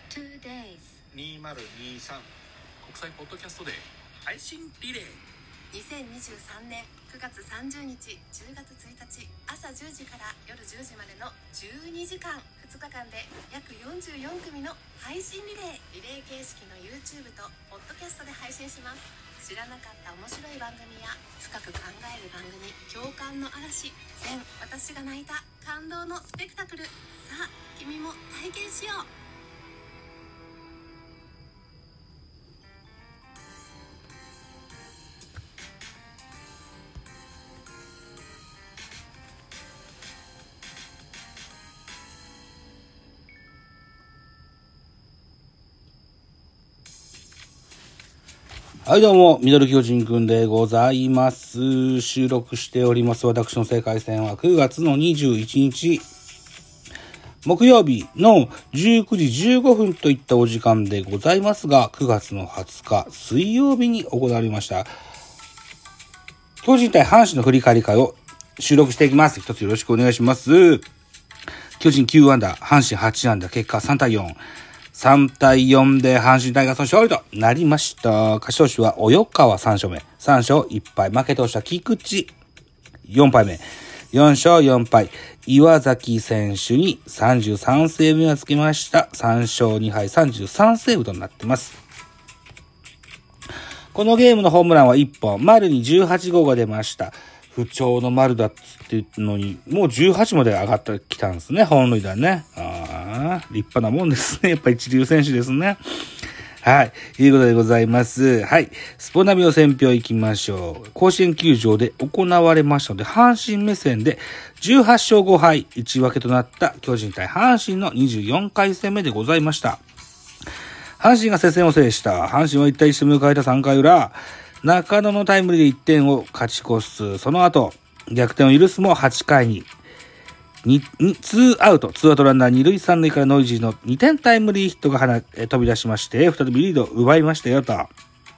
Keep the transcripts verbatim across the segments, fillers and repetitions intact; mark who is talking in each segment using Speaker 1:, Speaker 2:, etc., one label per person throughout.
Speaker 1: にせんにじゅうさん国際ポッドキャストデー配信リレー
Speaker 2: にせんにじゅうさんねんくがつさんじゅうにちじゅうがつついたち朝じゅうじから夜じゅうじまでのじゅうにじかんふつかかんで約よんじゅうよんくみの配信リレーリレー形式の YouTube とポッドキャストで配信します。知らなかった面白い番組や深く考える番組、共感の嵐、全私が泣いた感動のスペクタクル、さあ君も体験しよう。
Speaker 3: はいどうも、ミドル巨人くんでございます。収録しております。私の世界線はくがつのにじゅういちにち、木曜日のじゅうくじじゅうごふんといったお時間でございますが、くがつのはつか水曜日に行われました、巨人対阪神の振り返り会を収録していきます。一つよろしくお願いします。巨人きゅうアンダー、阪神はちアンダー、結果さんたいよん。さんたいよんで阪神タイガースの勝利となりました。勝ち投手は及川さん勝目、さん勝いっぱい。負け投手は菊池よんはいめ、よん勝よん敗。岩崎選手にさんじゅうさんセーブがつきました。さん勝に敗、さんじゅうさんセーブとなっています。このゲームのホームランはいっぽん、丸にじゅうはちごうが出ました。不調の丸だっつって言うのに、もうじゅうはちまで上がってきたんですね。本塁打ね。ああ、立派なもんですね。やっぱ一流選手ですね。はい。ということでございます。はい。スポナビの選評行きましょう。甲子園球場で行われましたので、阪神目線でじゅうはち勝ご敗、いち分けとなった巨人対阪神のにじゅうよんかい戦目でございました。阪神が接戦を制した。阪神はいち対いちで迎えたさんかい裏。中野のタイムリーでいってんを勝ち越す。その後、逆転を許すもはちかいに、に、に、ツーアウト、ツーアウトランナーに塁さん塁からノイジーのにてんタイムリーヒットが放え飛び出しまして、再びリードを奪いましたよと。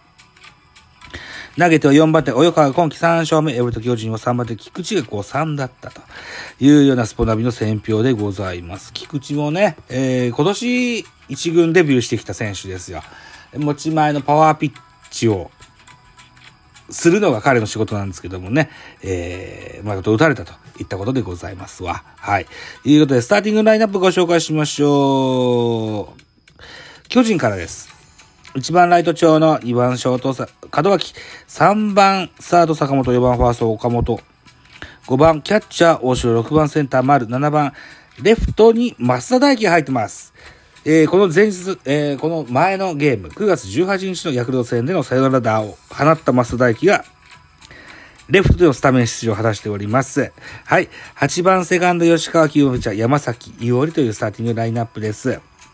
Speaker 3: 投げてはよんばん手、及川が今季さん勝目、敗れた巨人はさんばん手、菊池がごさんだったというようなスポナビの選評でございます。菊池もね、えー、今年一軍デビューしてきた選手ですよ。持ち前のパワーピッチをするのが彼の仕事なんですけどもね、えー、うまいこと打たれたといったことでございますわ。はい。ということで、スターティングラインナップご紹介しましょう。巨人からです。いちばんライト長のにばんショート門脇、さんばんサード坂本、よばんファースト岡本、ごばんキャッチャー大城、ろくばんセンター丸、ななばんレフトに増田大輝が入ってます。えー、この前日、えー、この前のゲーム、くがつじゅうはちにちのヤクルト戦でのサヨナラ打を放った増田大輝が、レフトでのスタメン出場を果たしております。はい。はちばんセカンド吉川清美ちゃん、山崎伊織というスターティングラインナップです。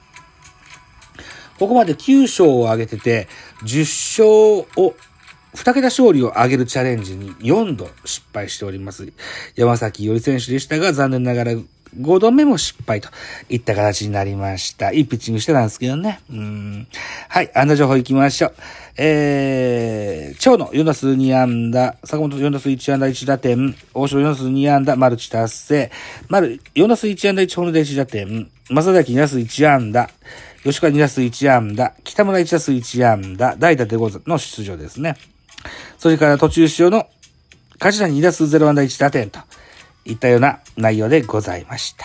Speaker 3: ここまできゅう勝を挙げてて、じゅっ勝を、にけた勝利を挙げるチャレンジによんど失敗しております。山崎伊織選手でしたが、残念ながら、ごどめも失敗といった形になりました。いいピッチングしてたんですけどね。うーん。はい。安打情報行きましょう。えー、長野よん打数に安打、坂本よん打数いち安打いち打点、大城よん打数に安打、マルチ達成、丸よん打数いち安打いち本塁打いち打点、増田大輝に打数いち安打、吉川に打数いち安打、北村いち打数いち安打、代打でござの出場ですね。それから途中出場の梶谷に打数ゼロ安打いち打点と、いったような内容でございました。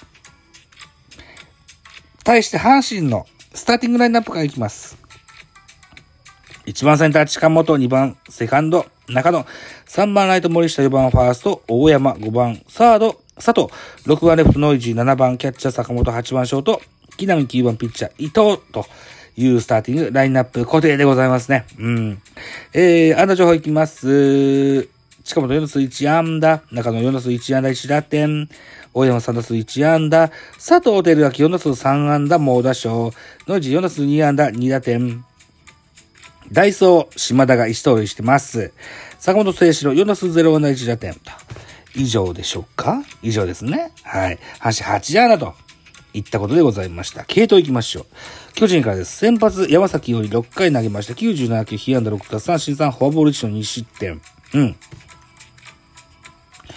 Speaker 3: 対して阪神のスターティングラインナップからいきます。いちばんセンター近本、にばんセカンド中野、さんばんライト森下、よばんファースト大山、ごばんサード佐藤、ろくばんレフトノイジー、ななばんキャッチャー坂本、はちばんショート木浪、きゅうばんピッチャー伊藤というスターティングラインナップ固定でございますね。うん。えー、安打情報いきます。近本よん打数いち安打、中野よん打数いち安打いち打点、大山さん打数いち安打、佐藤輝明よん打数さん安打猛打賞、ノイジーよん打数に安打に打点、ダイソー島田がいち盗塁してます。坂本誠志郎よん打数ゼロ安打いち打点と。以上でしょうか？以上ですね。はい。阪神はち安打といったことでございました。継投行きましょう。巨人からです。先発山崎よりろっかい投げました。きゅうじゅうなな球、被安打ろく奪三振さん、フォアボールいちのに失点。うん。う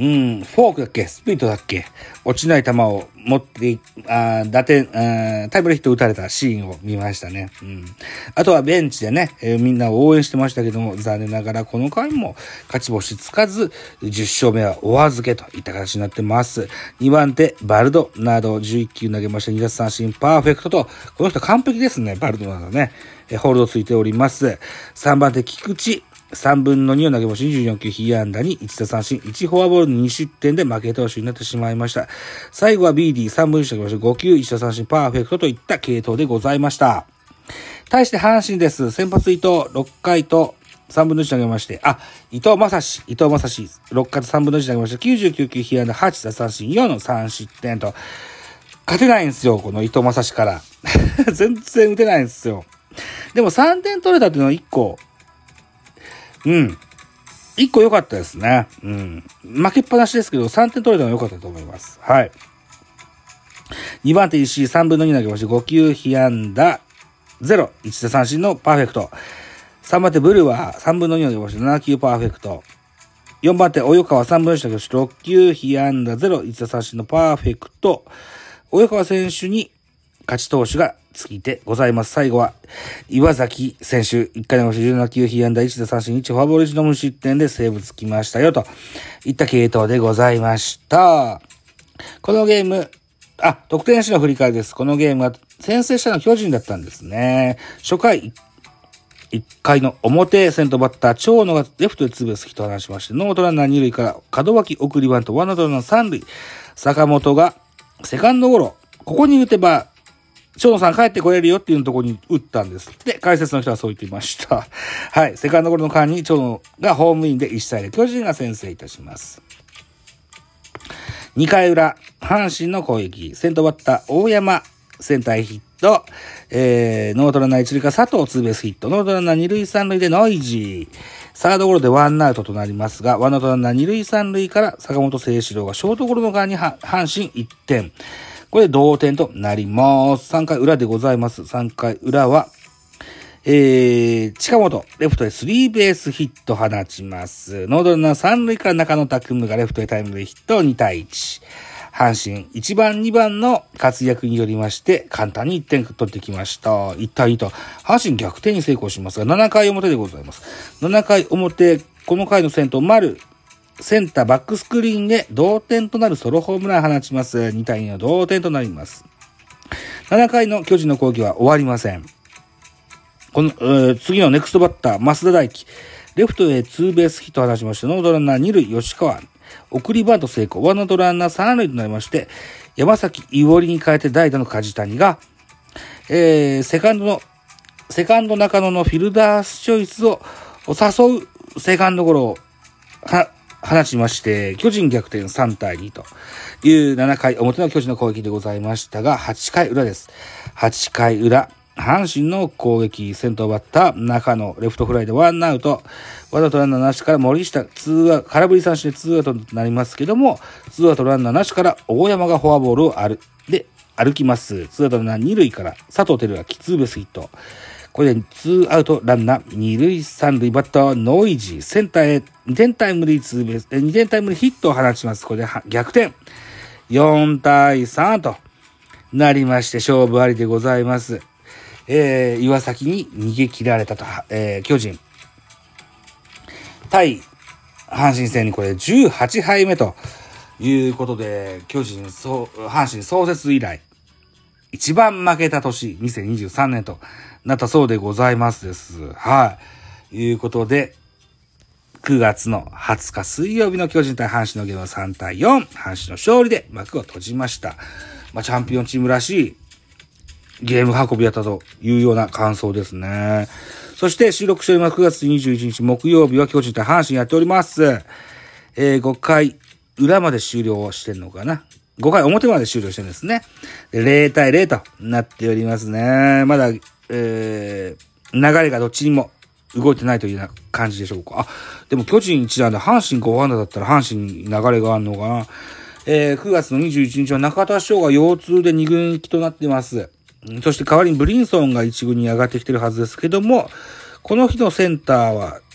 Speaker 3: うん、フォークだっけスプリットだっけ落ちない球を持って、あ打点あ、タイムリーヒット打たれたシーンを見ましたね。うん。あとはベンチでね、えー、みんなを応援してましたけども、残念ながらこの回も勝ち星つかず、じゅっ勝目はお預けといった形になってます。にばん手、バルドなどじゅういっ球投げました。に奪三振パーフェクトと、この人完璧ですね、バルドなどね。えー、ホールドついております。さんばん手、菊池。さんぶんのにを投げましにじゅうよん球被安打にいち打三振いちフォアボールに失点で負け投手になってしまいました。最後は ビーディーさんぶんいち投げましご球いち打三振パーフェクトといった系統でございました。対して阪神です。先発伊藤ろっかいとさんぶんのいち投げまして、あ、伊藤正史、伊藤正史ろっかいとさんぶんのいち投げましてきゅうじゅうきゅう球被安打はち打三振よんのさん失点と、勝てないんですよ、この伊藤正史から。全然打てないんですよ。でもさんてん取れたっていうのはいっこ、うん。一個良かったですね。うん。負けっぱなしですけど、さんてん取れたのは良かったと思います。はい。にばん手石井さんぶんのに投げましてご球被安打ゼロ、いち打三振のパーフェクト。さんばん手ブルワーさんぶんのに投げましてなな球パーフェクト。よんばん手及川さんぶんのいち投げましてろく球被安打ゼロ、いち打三振のパーフェクト。及川選手に勝ち投手がつきてございます。最後は、岩崎選手、いっかい投げましてじゅうなな球被安打いち打三振いちフォアボールいちの無失点でセーブつきましたよ、といった系統でございました。このゲーム、あ、得点史の振り返りです。このゲームは先制したのは巨人だったんですね。初回、いっかいの表、先頭バッター、長野がレフトでツーベースヒットを放しまして、ノートランナーに塁から門脇送りバント、ワンアウトランナーさん塁、坂本がセカンドゴロ、ここに打てば、長野さん帰ってこれるよっていうところに打ったんです。で、解説の人はそう言っていました。はい。セカンドゴロの間に長野がホームインでいちたいで巨人が先制いたします。にかい裏、阪神の攻撃。先頭バッター、大山、センターヒット。えー、ノートランナーいち塁から佐藤ツーベースヒット。ノートランナーに塁さん塁でノイジー。サードゴロでワンアウトとなりますが、ワンアウトランナーに塁さん塁から坂本誠志郎がショートゴロの間に阪神いってん。これで同点となります。さんかい裏でございます。さんかい裏は、えー、近本、レフトでスリーベースヒット放ちます。ノードランナーさん塁から中野拓夢がレフトへタイムリーヒットにたいいち。阪神いちばんにばんの活躍によりまして、簡単にいってん取ってきました。いちたいにと、阪神逆転に成功しますが、ななかい表でございます。ななかい表、この回の先頭、丸、センターバックスクリーンで同点となるソロホームランを放ちます。にたいにの同点となります。ななかいの巨人の攻撃は終わりません。この、えー、次のネクストバッター、増田大輝。レフトへツーベースヒットを放ちまして、ノードランナーに塁、吉川。送りバント成功。ワンアウトランナーさん塁となりまして、山崎伊織に変えて代打の梶谷が、えー、セカンドの、セカンド中野のフィルダースチョイスを誘うセカンドゴロを、は、放ちまして、巨人逆転さんたいにというななかい表の巨人の攻撃でございましたが、はちかい裏です。はちかい裏、阪神の攻撃、先頭バッター、中野、レフトフライでワンアウト、ワンアウトランナーなしから森下、ツーアウト、空振り三振でツーアウトとなりますけども、ツーアウトランナーなしから大山がフォアボールを歩、で、歩きます。ツーアウトランナーに塁から佐藤輝明、ツーベースヒット。これでツーアウトランナーに塁さん塁バッターはノイジーセンターへにてんタイムリーツーベースにてんタイムリーヒットを放ちます。これで逆転よんたいさんとなりまして勝負ありでございます。えー、岩崎に逃げ切られたと、えー、巨人対阪神戦にこれじゅうはちはいめということで巨人そう阪神創設以来一番負けた年にせんにじゅうさんねんとなったそうでございますです。はい。いうことで、くがつのはつか水曜日の巨人対阪神のゲームはさんたいよん、阪神の勝利で幕を閉じました。まあ、チャンピオンチームらしいゲーム運びだったというような感想ですね。そして収録しておりますくがつにじゅういちにち木曜日は巨人対阪神やっております。えー、ごかい裏まで終了してんのかな。ごかい表まで終了してるんですね。でゼロたいゼロとなっておりますね。まだ、えー、流れがどっちにも動いてないというような感じでしょうか。あ、でも巨人いちだんで阪神ごあんだだったら阪神に流れがあるのかな。えー、くがつのにじゅういちにちは中田翔が腰痛でに軍行きとなっています。そして代わりにブリンソンがいち軍に上がってきてるはずですけども、この日のセンターは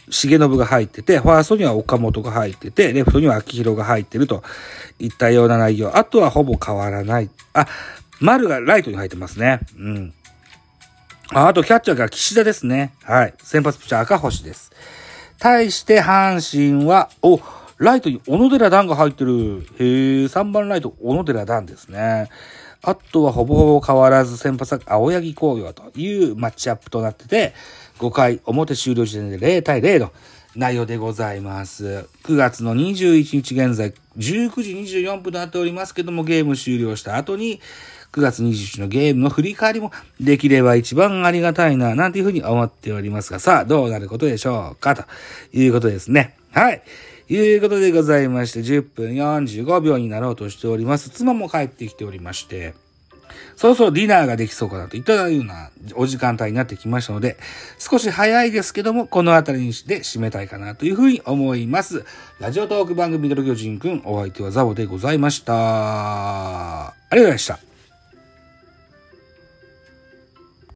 Speaker 3: 重信が入ってて、ファーストには岡本が入ってて、レフトには秋広が入ってるといったような内容。あとはほぼ変わらない。あ、丸がライトに入ってますね。うん。あ, あとキャッチャーが岸田ですね。はい。先発ピッチャー赤星です。対して阪神は、お、ライトに小野寺段が入ってる。へえ、さんばんライト小野寺段ですね。あとはほぼほぼ変わらず先発は青柳工業というマッチアップとなってて、ごかい表終了時点でゼロたいゼロの内容でございます。くがつのにじゅういちにち現在じゅうくじにじゅうよんぷんとなっておりますけども、ゲーム終了した後にくがつにじゅういちにちのゲームの振り返りもできれば一番ありがたいな、なんていうふうに思っておりますが、さあどうなることでしょうかということですね。はい。いうことでございまして、じゅっぷんよんじゅうごびょうになろうとしております。妻も帰ってきておりまして、そろそろディナーができそうかなといったようなお時間帯になってきましたので、少し早いですけども、このあたりにして締めたいかなというふうに思います。ラジオトーク番組ミドル巨人くん、お相手はザボでございました。ありがとうございました。